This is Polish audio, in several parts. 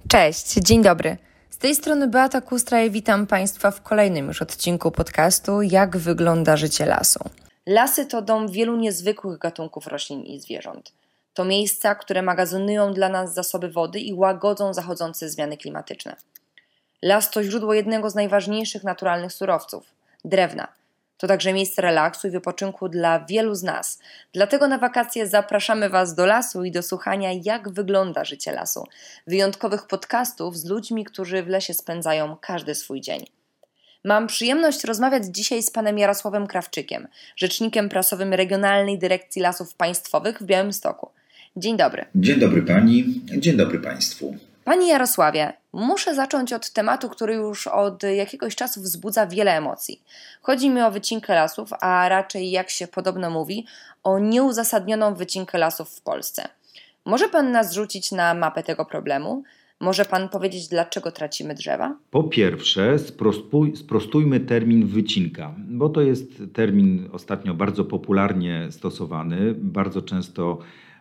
Cześć, dzień dobry. Z tej strony Beata Kustra i witam Państwa w kolejnym już odcinku podcastu Jak wygląda życie lasu. Lasy to dom wielu niezwykłych gatunków roślin i zwierząt. To miejsca, które magazynują dla nas zasoby wody i łagodzą zachodzące zmiany klimatyczne. Las to źródło jednego z najważniejszych naturalnych surowców – drewna. To także miejsce relaksu i wypoczynku dla wielu z nas. Dlatego na wakacje zapraszamy Was do lasu i do słuchania, jak wygląda życie lasu. Wyjątkowych podcastów z ludźmi, którzy w lesie spędzają każdy swój dzień. Mam przyjemność rozmawiać dzisiaj z panem Jarosławem Krawczykiem, rzecznikiem prasowym Regionalnej Dyrekcji Lasów Państwowych w Białymstoku. Dzień dobry. Dzień dobry Pani, dzień dobry Państwu. Panie Jarosławie, muszę zacząć od tematu, który już od jakiegoś czasu wzbudza wiele emocji. Chodzi mi o wycinkę lasów, a raczej, jak się podobno mówi, o nieuzasadnioną wycinkę lasów w Polsce. Może Pan nas rzucić na mapę tego problemu? Może Pan powiedzieć, dlaczego tracimy drzewa? Po pierwsze, sprostujmy termin wycinka, bo to jest termin ostatnio bardzo popularnie stosowany, bardzo często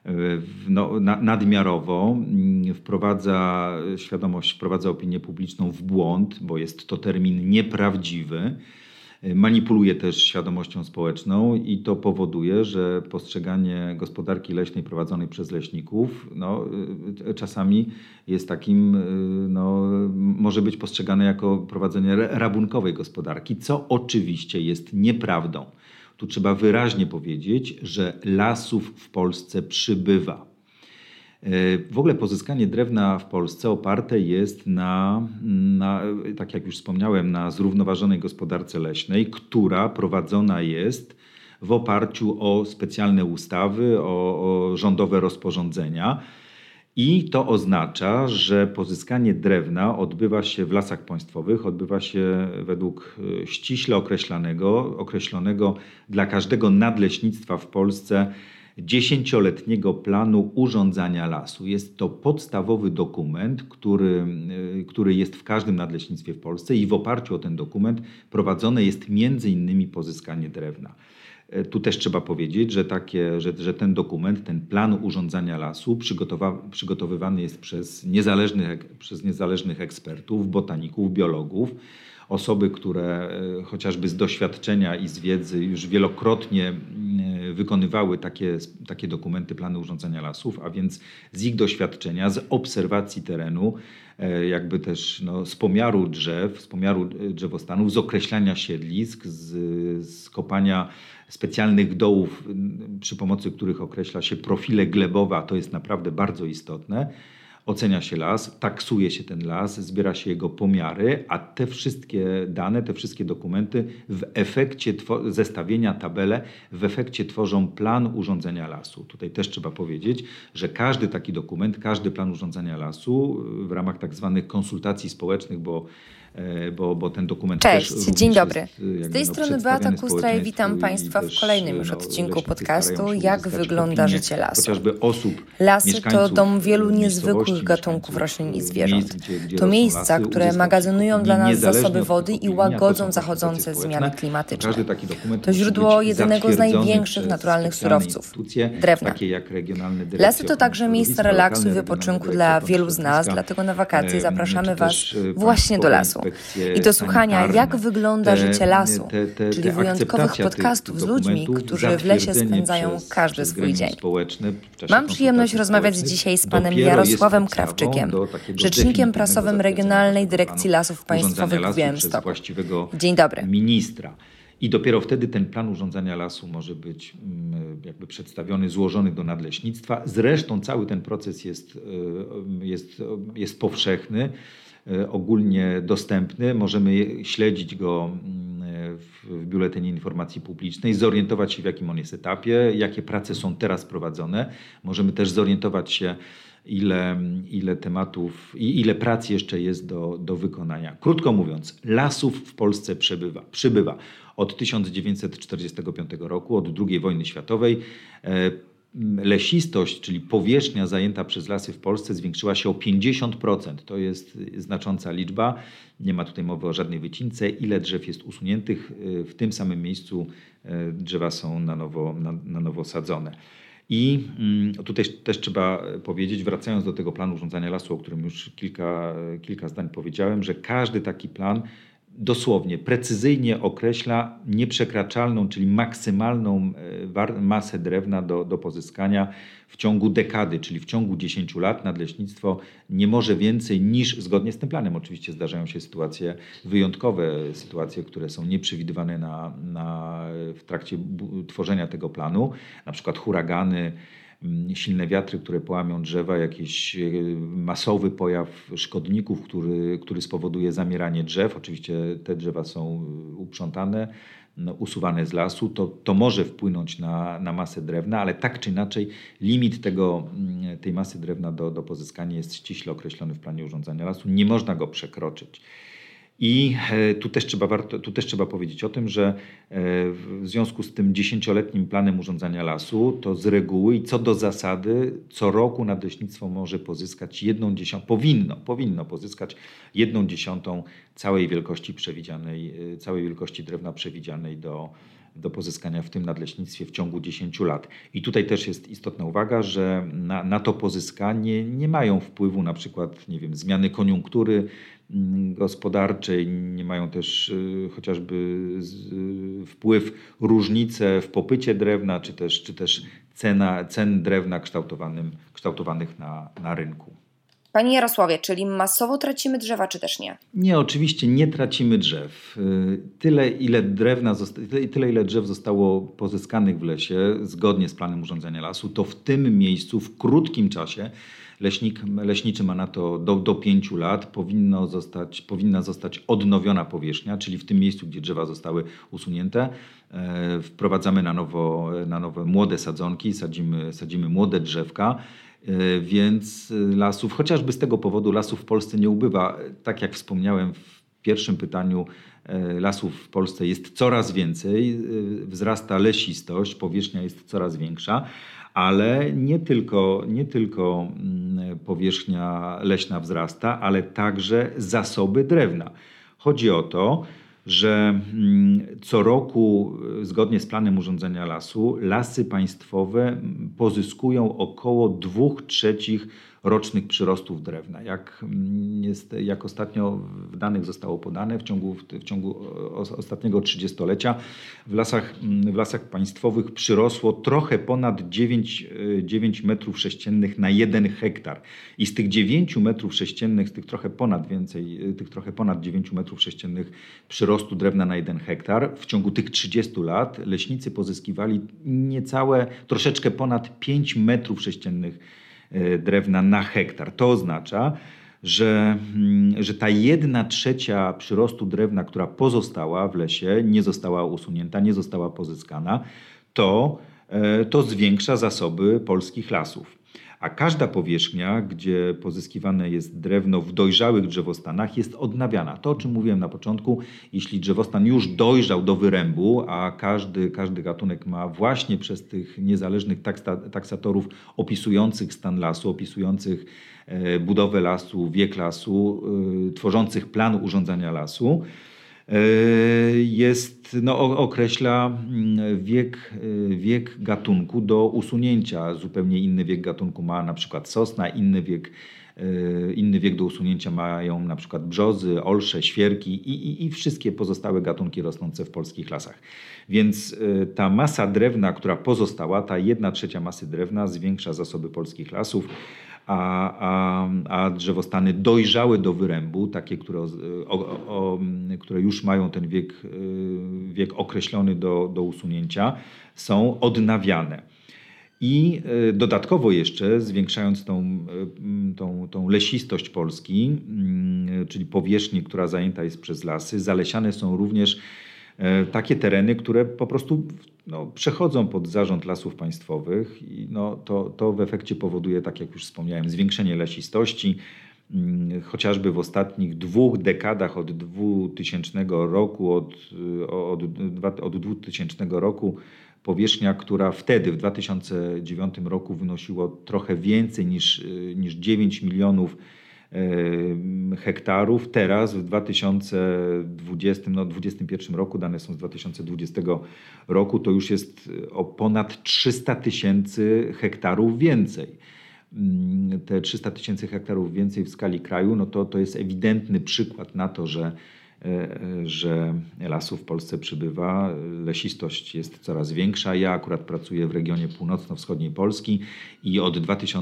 nadmiarowo wprowadza świadomość, wprowadza opinię publiczną w błąd, bo jest to termin nieprawdziwy. Manipuluje też świadomością społeczną i to powoduje, że postrzeganie gospodarki leśnej prowadzonej przez leśników czasami jest takim, może być postrzegane jako prowadzenie rabunkowej gospodarki, co oczywiście jest nieprawdą. Tu trzeba wyraźnie powiedzieć, że lasów w Polsce przybywa. W ogóle pozyskanie drewna w Polsce oparte jest na, tak jak już wspomniałem, na zrównoważonej gospodarce leśnej, która prowadzona jest w oparciu o specjalne ustawy, o rządowe rozporządzenia. I to oznacza, że pozyskanie drewna odbywa się w lasach państwowych, odbywa się według ściśle określonego dla każdego nadleśnictwa w Polsce 10-letniego planu urządzania lasu. Jest to podstawowy dokument, który jest w każdym nadleśnictwie w Polsce i w oparciu o ten dokument prowadzone jest m.in. pozyskanie drewna. Tu też trzeba powiedzieć, że ten dokument, ten plan urządzania lasu przygotowywany jest przez niezależnych ekspertów, botaników, biologów, osoby, które chociażby z doświadczenia i z wiedzy już wielokrotnie wykonywały takie dokumenty, plany urządzania lasów, a więc z ich doświadczenia, z obserwacji terenu, jakby też z pomiaru drzew, z pomiaru drzewostanów, z określania siedlisk, z kopania specjalnych dołów, przy pomocy których określa się profile glebowe, a to jest naprawdę bardzo istotne. Ocenia się las, taksuje się ten las, zbiera się jego pomiary, a te wszystkie dane, te wszystkie dokumenty w efekcie zestawienia tabele w efekcie tworzą plan urządzenia lasu. Tutaj też trzeba powiedzieć, że każdy taki dokument, każdy plan urządzenia lasu w ramach tak zwanych konsultacji społecznych, bo ten dokument Cześć, też dzień dobry. Jest, z tej strony Beata Kustra i witam Państwa w kolejnym już odcinku podcastu Jak wygląda życie lasu. Lasy to dom wielu niezwykłych gatunków roślin i zwierząt. To miejsca, które magazynują dla nas zasoby wody i łagodzą zachodzące zmiany klimatyczne. To źródło jednego z największych naturalnych surowców – drewna. Lasy to także miejsce relaksu i wypoczynku dla wielu z nas, dlatego na wakacje zapraszamy Was właśnie do lasu. I do słuchania, jak wygląda życie lasu, czyli wyjątkowych podcastów z ludźmi, którzy w lesie spędzają każdy swój dzień. Mam przyjemność rozmawiać dzisiaj z panem Jarosławem Krawczykiem, rzecznikiem prasowym Regionalnej Dyrekcji Lasów Państwowych w Białymstoku. Dzień dobry. Ministra. I dopiero wtedy ten plan urządzania lasu może być jakby przedstawiony, złożony do nadleśnictwa. Zresztą cały ten proces jest powszechny, ogólnie dostępny. Możemy śledzić go w Biuletynie Informacji Publicznej, zorientować się, w jakim on jest etapie, jakie prace są teraz prowadzone. Możemy też zorientować się, ile tematów i ile prac jeszcze jest do wykonania. Krótko mówiąc, lasów w Polsce przybywa. Od 1945 roku, od II wojny światowej, lesistość, czyli powierzchnia zajęta przez lasy w Polsce zwiększyła się o 50%. To jest znacząca liczba. Nie ma tutaj mowy o żadnej wycince. Ile drzew jest usuniętych, w tym samym miejscu drzewa są na nowo sadzone. I tutaj też trzeba powiedzieć, wracając do tego planu urządzania lasu, o którym już kilka zdań powiedziałem, że każdy taki plan dosłownie, precyzyjnie określa nieprzekraczalną, czyli maksymalną masę drewna do pozyskania w ciągu dekady, czyli w ciągu 10 lat nadleśnictwo nie może więcej niż, zgodnie z tym planem oczywiście zdarzają się sytuacje wyjątkowe, sytuacje, które są nieprzewidywane w trakcie tworzenia tego planu, na przykład huragany, silne wiatry, które połamią drzewa, jakiś masowy pojaw szkodników, który spowoduje zamieranie drzew. Oczywiście te drzewa są uprzątane, usuwane z lasu. To może wpłynąć na masę drewna, ale tak czy inaczej limit tej masy drewna do pozyskania jest ściśle określony w planie urządzania lasu. Nie można go przekroczyć. I tu też trzeba powiedzieć o tym, że w związku z tym 10-letnim planem urządzania lasu, to z reguły i co do zasady co roku nadleśnictwo może pozyskać powinno pozyskać 1/10 całej wielkości drewna przewidzianej do pozyskania w tym nadleśnictwie w ciągu 10 lat. I tutaj też jest istotna uwaga, że na to pozyskanie nie mają wpływu na przykład, nie wiem, zmiany koniunktury gospodarczej, nie mają też chociażby wpływ różnice w popycie drewna, czy też cen drewna kształtowanych na rynku. Panie Jarosławie, czyli masowo tracimy drzewa, czy też nie? Nie, oczywiście nie tracimy drzew. Tyle, ile drzew zostało pozyskanych w lesie, zgodnie z planem urządzenia lasu, to w tym miejscu w krótkim czasie leśniczy ma na to do 5 lat, powinna zostać odnowiona powierzchnia, czyli w tym miejscu, gdzie drzewa zostały usunięte, wprowadzamy na nowe młode sadzonki, sadzimy młode drzewka. Więc lasów, chociażby z tego powodu lasów w Polsce nie ubywa. Tak jak wspomniałem w pierwszym pytaniu, lasów w Polsce jest coraz więcej, wzrasta lesistość, powierzchnia jest coraz większa, ale nie tylko powierzchnia leśna wzrasta, ale także zasoby drewna. Chodzi o to, że co roku, zgodnie z planem urządzenia lasu, lasy państwowe pozyskują około 2/3 rocznych przyrostów drewna. Jak ostatnio w danych zostało podane, w ciągu ostatniego 30-lecia w lasach państwowych przyrosło trochę ponad 9 metrów sześciennych na 1 hektar. I z tych 9 metrów sześciennych, z tych trochę ponad 9 metrów sześciennych przyrostu drewna na 1 hektar, w ciągu tych 30 lat leśnicy pozyskiwali troszeczkę ponad 5 metrów sześciennych drewna na hektar. To oznacza, że ta 1/3 przyrostu drewna, która pozostała w lesie, nie została usunięta, nie została pozyskana, to zwiększa zasoby polskich lasów. A każda powierzchnia, gdzie pozyskiwane jest drewno w dojrzałych drzewostanach, jest odnawiana. To, o czym mówiłem na początku, jeśli drzewostan już dojrzał do wyrębu, a każdy gatunek ma właśnie przez tych niezależnych taksatorów opisujących stan lasu, opisujących budowę lasu, wiek lasu, tworzących plan urządzania lasu, określa wiek gatunku do usunięcia. Zupełnie inny wiek gatunku ma na przykład sosna, inny wiek do usunięcia mają na przykład brzozy, olsze, świerki i wszystkie pozostałe gatunki rosnące w polskich lasach. Więc ta masa drewna, która pozostała, ta 1/3 masy drewna zwiększa zasoby polskich lasów, a drzewostany dojrzałe do wyrębu, takie, które już mają ten wiek określony do usunięcia, są odnawiane. I dodatkowo jeszcze, zwiększając tą lesistość Polski, czyli powierzchnię, która zajęta jest przez lasy, zalesiane są również takie tereny, które po prostu przechodzą pod zarząd Lasów Państwowych i to w efekcie powoduje, tak jak już wspomniałem, zwiększenie lesistości. Chociażby w ostatnich 2 dekadach od 2000 roku, od 2000 roku powierzchnia, która wtedy w 2009 roku wynosiło trochę więcej niż 9 milionów hektarów. Teraz w 2021 roku, dane są z 2020 roku, to już jest o ponad 300 tysięcy hektarów więcej. Te 300 tysięcy hektarów więcej w skali kraju, no to jest ewidentny przykład na to, że lasów w Polsce przybywa, lesistość jest coraz większa. Ja akurat pracuję w regionie północno-wschodniej Polski i od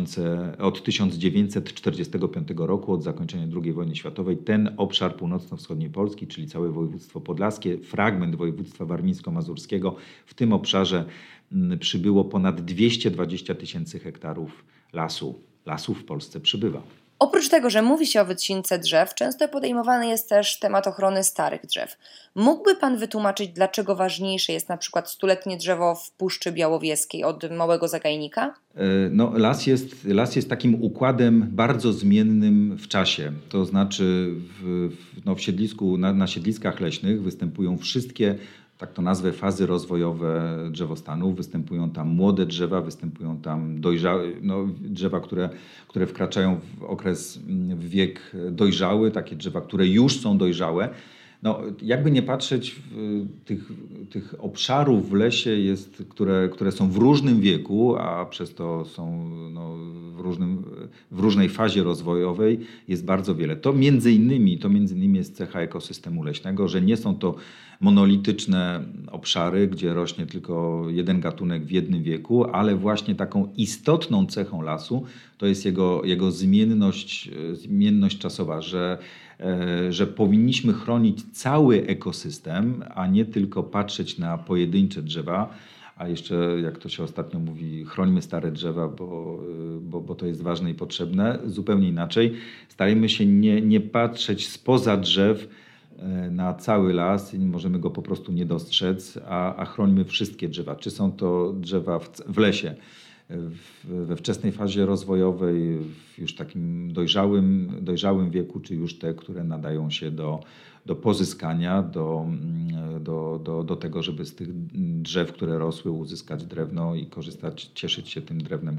1945 roku, od zakończenia II wojny światowej, ten obszar północno-wschodniej Polski, czyli całe województwo podlaskie, fragment województwa warmińsko-mazurskiego, w tym obszarze przybyło ponad 220 tysięcy hektarów lasu. Lasów w Polsce przybywa. Oprócz tego, że mówi się o wycince drzew, często podejmowany jest też temat ochrony starych drzew. Mógłby Pan wytłumaczyć, dlaczego ważniejsze jest na przykład stuletnie drzewo w Puszczy Białowieskiej od małego zagajnika? No, las jest takim układem bardzo zmiennym w czasie. To znaczy w siedlisku, na siedliskach leśnych występują wszystkie, tak to nazwę, fazy rozwojowe drzewostanu. Występują tam młode drzewa, występują tam drzewa, które wkraczają w wiek dojrzały, takie drzewa, które już są dojrzałe. No, jakby nie patrzeć, tych obszarów w lesie jest, które są w różnym wieku, a przez to są w różnej fazie rozwojowej, jest bardzo wiele. To między innymi jest cecha ekosystemu leśnego, że nie są to monolityczne obszary, gdzie rośnie tylko jeden gatunek w jednym wieku, ale właśnie taką istotną cechą lasu to jest jego zmienność czasowa, że powinniśmy chronić cały ekosystem, a nie tylko patrzeć na pojedyncze drzewa. A jeszcze, jak to się ostatnio mówi, chrońmy stare drzewa, bo to jest ważne i potrzebne. Zupełnie inaczej. Starajmy się nie patrzeć spoza drzew na cały las i możemy go po prostu nie dostrzec, a chrońmy wszystkie drzewa. Czy są to drzewa w lesie, we wczesnej fazie rozwojowej, w już takim dojrzałym wieku, czy już te, które nadają się do pozyskania, do tego, żeby z tych drzew, które rosły, uzyskać drewno i cieszyć się tym drewnem,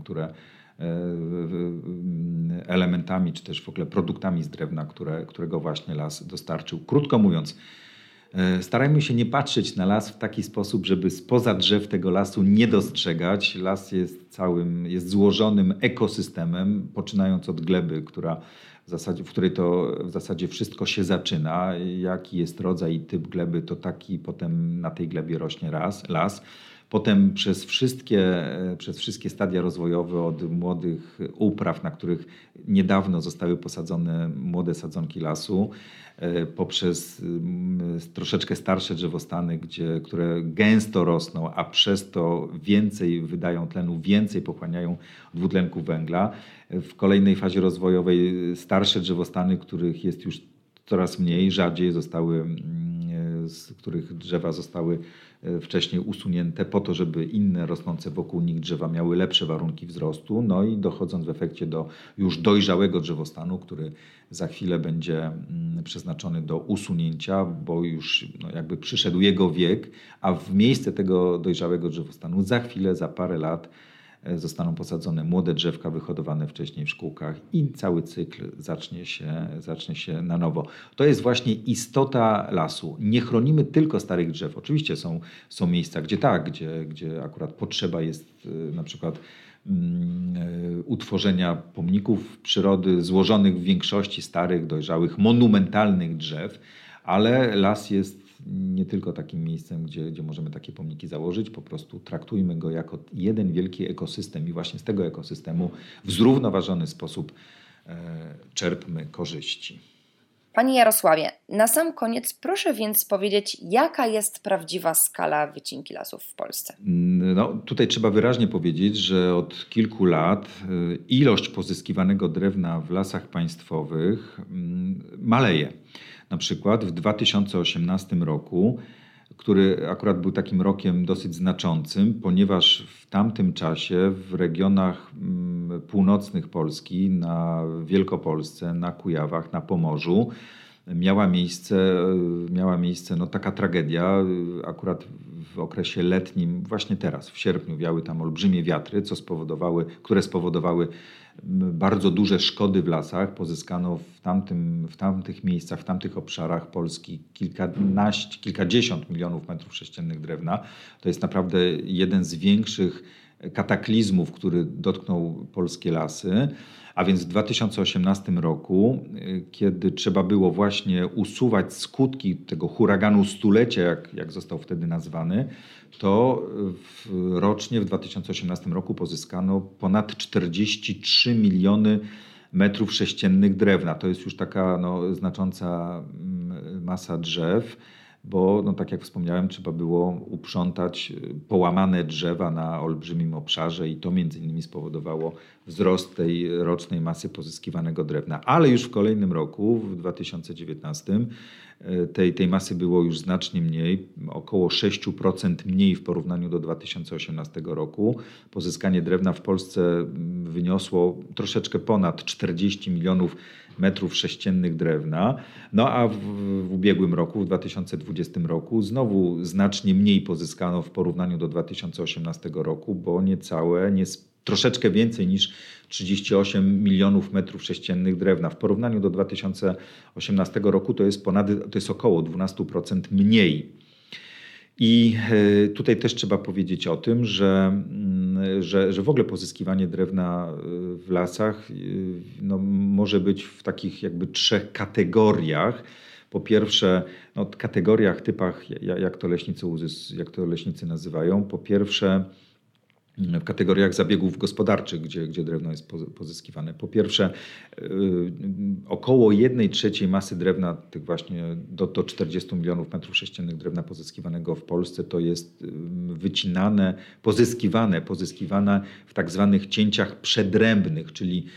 elementami, czy też w ogóle produktami z drewna, którego właśnie las dostarczył. Krótko mówiąc, starajmy się nie patrzeć na las w taki sposób, żeby spoza drzew tego lasu nie dostrzegać. Las jest złożonym ekosystemem, poczynając od gleby, w której to w zasadzie wszystko się zaczyna. Jaki jest rodzaj i typ gleby, to taki potem na tej glebie rośnie las. Potem przez wszystkie stadia rozwojowe, od młodych upraw, na których niedawno zostały posadzone młode sadzonki lasu, poprzez troszeczkę starsze drzewostany, które gęsto rosną, a przez to więcej wydają tlenu, więcej pochłaniają dwutlenku węgla. W kolejnej fazie rozwojowej starsze drzewostany, których jest już coraz mniej, rzadziej z których drzewa zostały wcześniej usunięte po to, żeby inne rosnące wokół nich drzewa miały lepsze warunki wzrostu, no i dochodząc w efekcie do już dojrzałego drzewostanu, który za chwilę będzie przeznaczony do usunięcia, bo już jakby przyszedł jego wiek, a w miejsce tego dojrzałego drzewostanu za parę lat zostaną posadzone młode drzewka wyhodowane wcześniej w szkółkach i cały cykl zacznie się na nowo. To jest właśnie istota lasu. Nie chronimy tylko starych drzew. Oczywiście są miejsca, gdzie akurat potrzeba jest na przykład utworzenia pomników przyrody złożonych w większości starych, dojrzałych, monumentalnych drzew, ale las jest nie tylko takim miejscem, gdzie możemy takie pomniki założyć, po prostu traktujmy go jako jeden wielki ekosystem i właśnie z tego ekosystemu w zrównoważony sposób czerpmy korzyści. Panie Jarosławie, na sam koniec proszę więc powiedzieć, jaka jest prawdziwa skala wycinki lasów w Polsce? No, tutaj trzeba wyraźnie powiedzieć, że od kilku lat ilość pozyskiwanego drewna w lasach państwowych maleje. Na przykład w 2018 roku, który akurat był takim rokiem dosyć znaczącym, ponieważ w tamtym czasie w regionach północnych Polski, na Wielkopolsce, na Kujawach, na Pomorzu miała miejsce taka tragedia. Akurat w okresie letnim, właśnie teraz, w sierpniu, wiały tam olbrzymie wiatry, które spowodowały bardzo duże szkody w lasach. Pozyskano w tamtych miejscach, w tamtych obszarach Polski kilkadziesiąt milionów metrów sześciennych drewna. To jest naprawdę jeden z większych kataklizmów, który dotknął polskie lasy. A więc w 2018 roku, kiedy trzeba było właśnie usuwać skutki tego huraganu stulecia, jak został wtedy nazwany, to rocznie w 2018 roku pozyskano ponad 43 miliony metrów sześciennych drewna. To jest już taka znacząca masa drzew, bo tak jak wspomniałem, trzeba było uprzątać połamane drzewa na olbrzymim obszarze i to między innymi spowodowało wzrost tej rocznej masy pozyskiwanego drewna. Ale już w kolejnym roku, w 2019, tej masy było już znacznie mniej, około 6% mniej w porównaniu do 2018 roku. Pozyskanie drewna w Polsce wyniosło troszeczkę ponad 40 milionów metrów sześciennych drewna. A w ubiegłym roku, w 2020 roku, znowu znacznie mniej pozyskano w porównaniu do 2018 roku, bo troszeczkę więcej niż 38 milionów metrów sześciennych drewna. W porównaniu do 2018 roku to jest około 12% mniej. I tutaj też trzeba powiedzieć o tym, że w ogóle pozyskiwanie drewna w lasach może być w takich jakby 3 kategoriach. Po pierwsze, kategoriach, typach, jak to leśnicy nazywają. Po pierwsze, w kategoriach zabiegów gospodarczych, gdzie drewno jest pozyskiwane. Po pierwsze, około 1/3 masy drewna, tych właśnie do 40 milionów metrów sześciennych drewna pozyskiwanego w Polsce, to jest wycinane, pozyskiwane w tak zwanych cięciach przedrębnych, czyli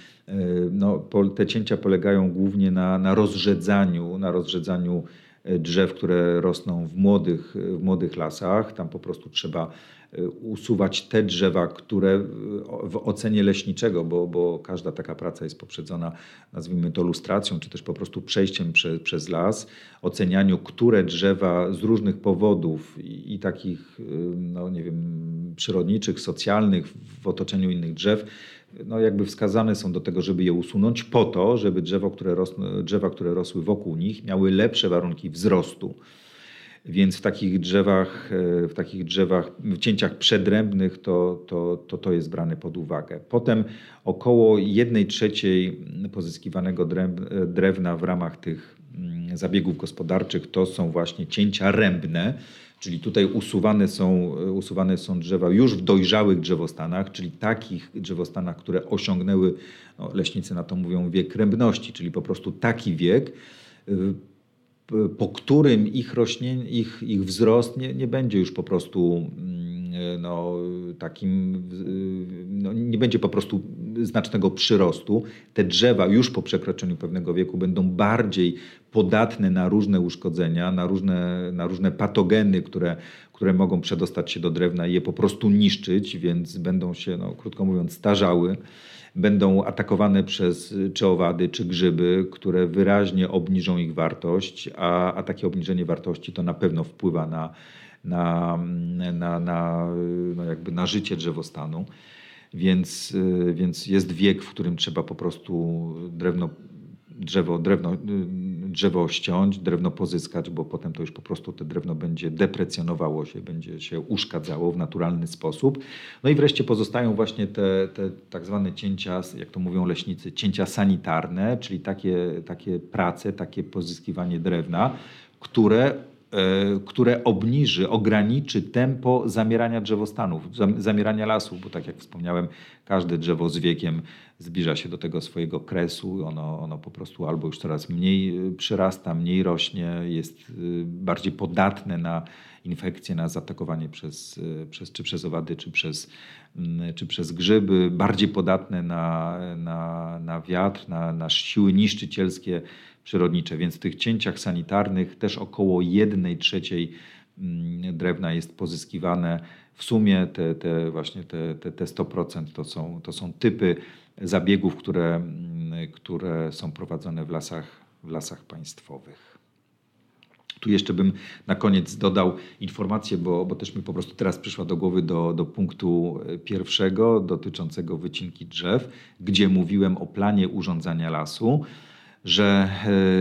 te cięcia polegają głównie na rozrzedzaniu drzew, które rosną w młodych lasach. Tam po prostu trzeba usuwać te drzewa, które w ocenie leśniczego, bo każda taka praca jest poprzedzona, nazwijmy to lustracją, czy też po prostu przejściem przez las, ocenianiu, które drzewa z różnych powodów i takich, przyrodniczych, socjalnych, w otoczeniu innych drzew, jakby wskazane są do tego, żeby je usunąć po to, żeby drzewa, które rosły wokół nich, miały lepsze warunki wzrostu. Więc w takich drzewach, w cięciach przedrębnych to jest brane pod uwagę. Potem około 1/3 pozyskiwanego drewna w ramach tych zabiegów gospodarczych to są właśnie cięcia rębne, czyli tutaj usuwane są drzewa już w dojrzałych drzewostanach, czyli takich drzewostanach, które osiągnęły, leśnicy na to mówią, wiek rębności, czyli po prostu taki wiek, po którym ich wzrost nie będzie już po prostu nie będzie po prostu znacznego przyrostu. Te drzewa już po przekroczeniu pewnego wieku będą bardziej podatne na różne uszkodzenia, na różne patogeny, które mogą przedostać się do drewna i je po prostu niszczyć, więc będą się, krótko mówiąc, starzały. Będą atakowane przez czy owady, czy grzyby, które wyraźnie obniżą ich wartość, a takie obniżenie wartości to na pewno wpływa na życie drzewostanu. Więc jest wiek, w którym trzeba po prostu drzewo ściąć, drewno pozyskać, bo potem to już po prostu to drewno będzie deprecjonowało się, będzie się uszkadzało w naturalny sposób. I wreszcie pozostają właśnie te tak zwane cięcia, jak to mówią leśnicy, cięcia sanitarne, czyli takie prace, takie pozyskiwanie drewna, które ograniczy tempo zamierania drzewostanów, zamierania lasów, bo tak jak wspomniałem, każde drzewo z wiekiem zbliża się do tego swojego kresu, ono po prostu albo już coraz mniej przyrasta, mniej rośnie, jest bardziej podatne na infekcje, na zaatakowanie czy przez owady, czy przez grzyby, bardziej podatne na wiatr, na siły niszczycielskie, przyrodnicze, więc w tych cięciach sanitarnych też około 1/3 drewna jest pozyskiwane. W sumie te 100% to są typy zabiegów, które są prowadzone w lasach państwowych. Tu jeszcze bym na koniec dodał informację, bo też mi po prostu teraz przyszła do głowy do punktu pierwszego dotyczącego wycinki drzew, gdzie mówiłem o planie urządzania lasu, że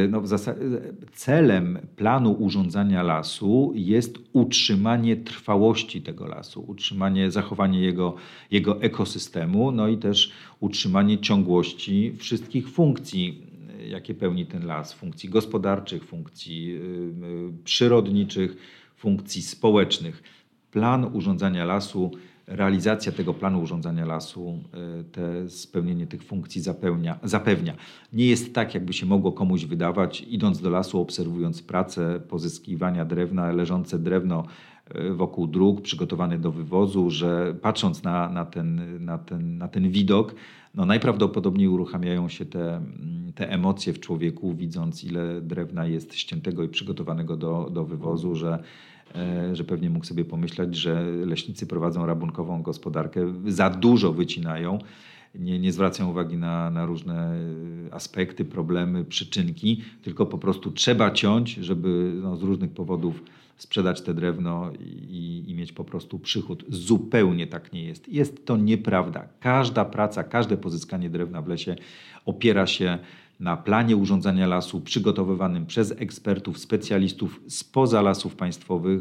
celem planu urządzania lasu jest utrzymanie trwałości tego lasu, zachowanie jego ekosystemu, no i też utrzymanie ciągłości wszystkich funkcji, jakie pełni ten las, funkcji gospodarczych, funkcji przyrodniczych, funkcji społecznych. Plan urządzania lasu, realizacja tego planu urządzania lasu, spełnienie tych funkcji zapewnia. Nie jest tak, jakby się mogło komuś wydawać, idąc do lasu, obserwując pracę pozyskiwania drewna, leżące drewno wokół dróg, przygotowane do wywozu, że patrząc na ten widok, najprawdopodobniej uruchamiają się te emocje w człowieku, widząc, ile drewna jest ściętego i przygotowanego do wywozu, że pewnie mógł sobie pomyśleć, że leśnicy prowadzą rabunkową gospodarkę, za dużo wycinają, nie zwracają uwagi na różne aspekty, problemy, przyczynki, tylko po prostu trzeba ciąć, żeby z różnych powodów sprzedać te drewno i mieć po prostu przychód. Zupełnie tak nie jest. Jest to nieprawda. Każda praca, każde pozyskanie drewna w lesie opiera się na planie urządzania lasu przygotowywanym przez ekspertów, specjalistów spoza lasów państwowych,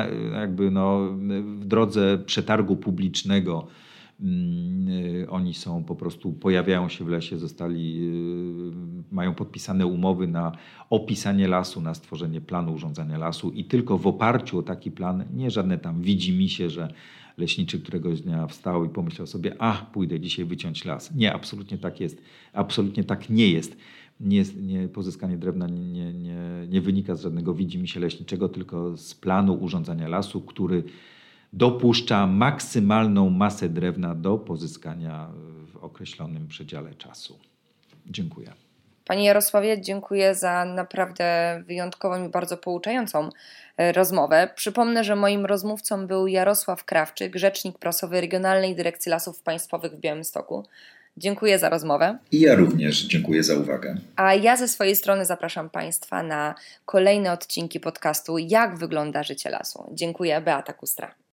w drodze przetargu publicznego. Oni są po prostu, pojawiają się w lesie, mają podpisane umowy na opisanie lasu, na stworzenie planu urządzania lasu i tylko w oparciu o taki plan, nie żadne tam widzimisię, że leśniczy któregoś dnia wstał i pomyślał sobie, pójdę dzisiaj wyciąć las. Nie, absolutnie tak jest. Absolutnie tak nie jest. Pozyskanie drewna nie wynika z żadnego widzimisię leśniczego, tylko z planu urządzania lasu, który dopuszcza maksymalną masę drewna do pozyskania w określonym przedziale czasu. Dziękuję. Panie Jarosławie, dziękuję za naprawdę wyjątkową i bardzo pouczającą rozmowę. Przypomnę, że moim rozmówcą był Jarosław Krawczyk, rzecznik prasowy Regionalnej Dyrekcji Lasów Państwowych w Białymstoku. Dziękuję za rozmowę. I ja również dziękuję za uwagę. A ja ze swojej strony zapraszam Państwa na kolejne odcinki podcastu Jak wygląda życie lasu. Dziękuję, Beata Kustra.